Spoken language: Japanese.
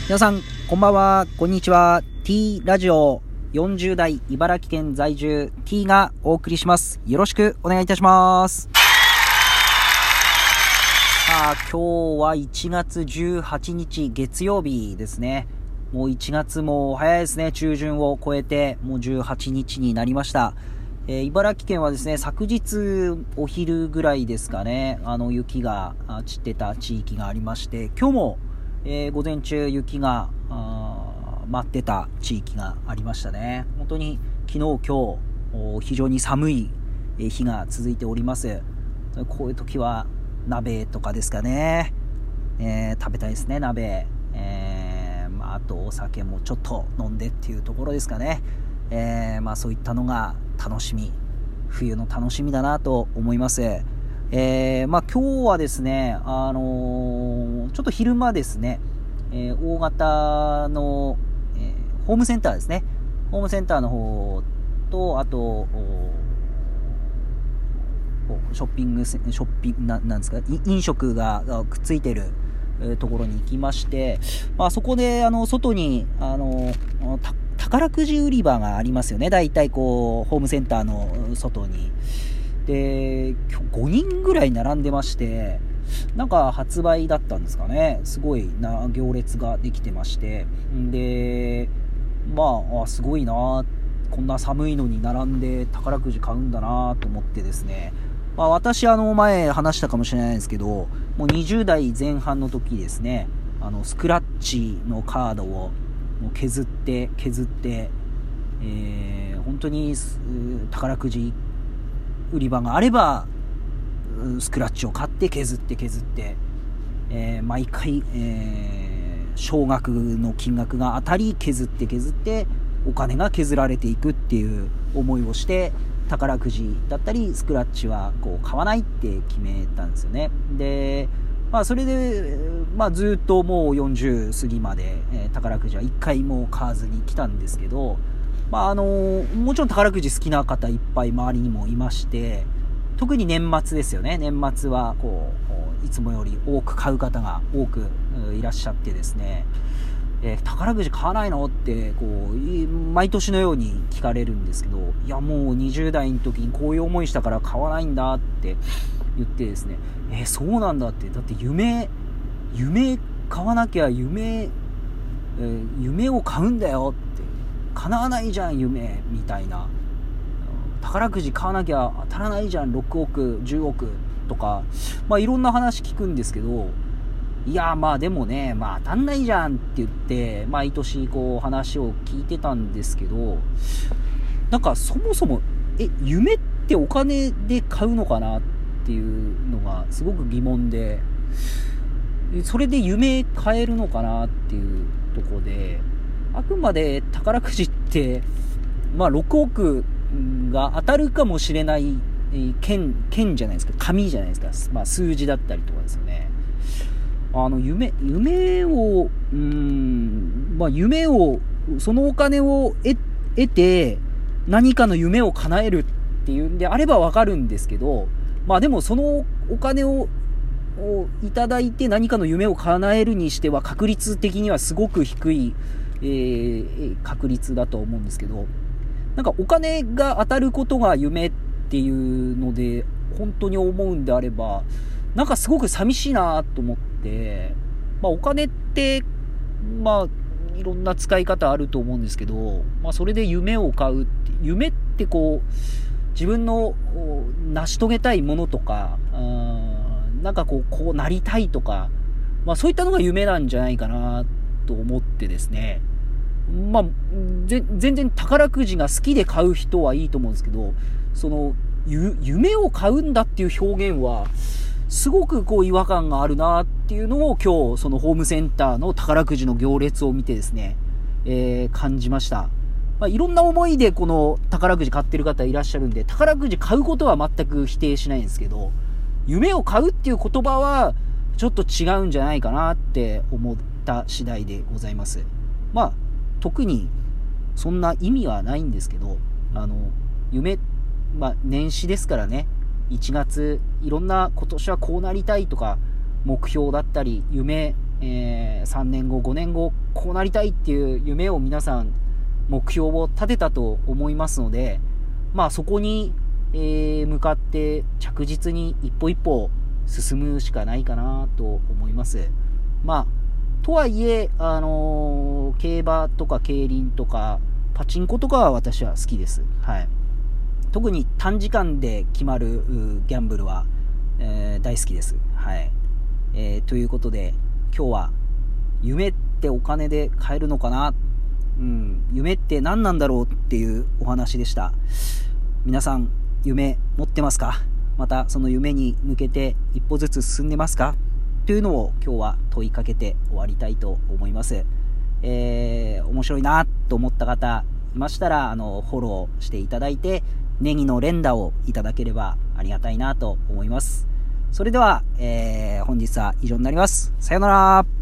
皆さんこんばんは、こんにちは。 T ラジオ40代茨城県在住 T がお送りします。よろしくお願いいたします。今日は1月18日月曜日ですね。もう1月も早いですね。中旬を超えてもう18日になりました。茨城県はですね、昨日お昼ぐらいですかね、雪が散ってた地域がありまして、今日も午前中雪が舞ってた地域がありましたね。本当に昨日今日非常に寒い日が続いております。こういう時は鍋とかですかね、食べたいですね、鍋。あとお酒もちょっと飲んでっていうところですかね。そういったのが楽しみ、冬の楽しみだなと思います。今日はですね、ちょっと昼間ですね、大型の、ホームセンターですね。ホームセンターの方と、あとなんですか、飲食がくっついてるところに行きまして、そこで外に宝くじ売り場がありますよね。だいたいホームセンターの外に。で、今日5人ぐらい並んでまして、なんか発売だったんですかね。すごいな行列ができてまして、で、すごいな、こんな寒いのに並んで宝くじ買うんだなと思ってですね。私前話したかもしれないですけど、もう20代前半の時ですね、スクラッチのカードをもう削って、本当に宝くじ売り場があればスクラッチを買って削って、毎回、少額の金額が当たり削ってお金が削られていくっていう思いをして、宝くじだったりスクラッチは買わないって決めたんですよね。で、それで、ずっともう40過ぎまで、宝くじは1回も買わずに来たんですけど、もちろん宝くじ好きな方いっぱい周りにもいまして、特に年末ですよね。年末はいつもより多く買う方が多くいらっしゃってですね、宝くじ買わないのって毎年のように聞かれるんですけど、いやもう20代の時にこういう思いしたから買わないんだって言ってですね、そうなんだって、だって夢買わなきゃ夢を買うんだよって、叶わないじゃん夢みたいな、宝くじ買わなきゃ当たらないじゃん6億10億とか、いろんな話聞くんですけど、いやでもね、当たんないじゃんって言って毎年話を聞いてたんですけど、なんかそもそも夢ってお金で買うのかなっていうのがすごく疑問で、それで夢買えるのかなっていうところで、あくまで宝くじって6億が当たるかもしれない券じゃないですか、紙じゃないですか、数字だったりとかですよね。夢をそのお金を得て何かの夢を叶えるっていうんであればわかるんですけど、でもそのお金をいただいて何かの夢を叶えるにしては確率的にはすごく低い、確率だと思うんですけど、なんかお金が当たることが夢っていうので本当に思うんであれば、なんかすごく寂しいなと思って、お金っていろんな使い方あると思うんですけど、それで夢を買うって、夢って自分の成し遂げたいものとか、なんかこうなりたいとか、そういったのが夢なんじゃないかなと思ってですね。全然宝くじが好きで買う人はいいと思うんですけど、その夢を買うんだっていう表現はすごく違和感があるなっていうのを今日そのホームセンターの宝くじの行列を見てですね、感じました。いろんな思いでこの宝くじ買ってる方いらっしゃるんで、宝くじ買うことは全く否定しないんですけど、夢を買うっていう言葉はちょっと違うんじゃないかなって思った次第でございます。特にそんな意味はないんですけど、夢、年始ですからね、1月いろんな今年はこうなりたいとか目標だったり夢 3年後、5年後、こうなりたいっていう夢を皆さん、目標を立てたと思いますので、そこに、向かって着実に一歩一歩進むしかないかなと思います。とはいえ、競馬とか競輪とか、パチンコとかは私は好きです。はい。特に短時間で決まるギャンブルは、大好きです。はい。ということで、今日は夢ってお金で買えるのかな、夢って何なんだろうっていうお話でした。皆さん夢持ってますか？またその夢に向けて一歩ずつ進んでますか？というのを今日は問いかけて終わりたいと思います。面白いなと思った方いましたらフォローしていただいてネギの連打をいただければありがたいなと思います。それでは、本日は以上になります。さようなら。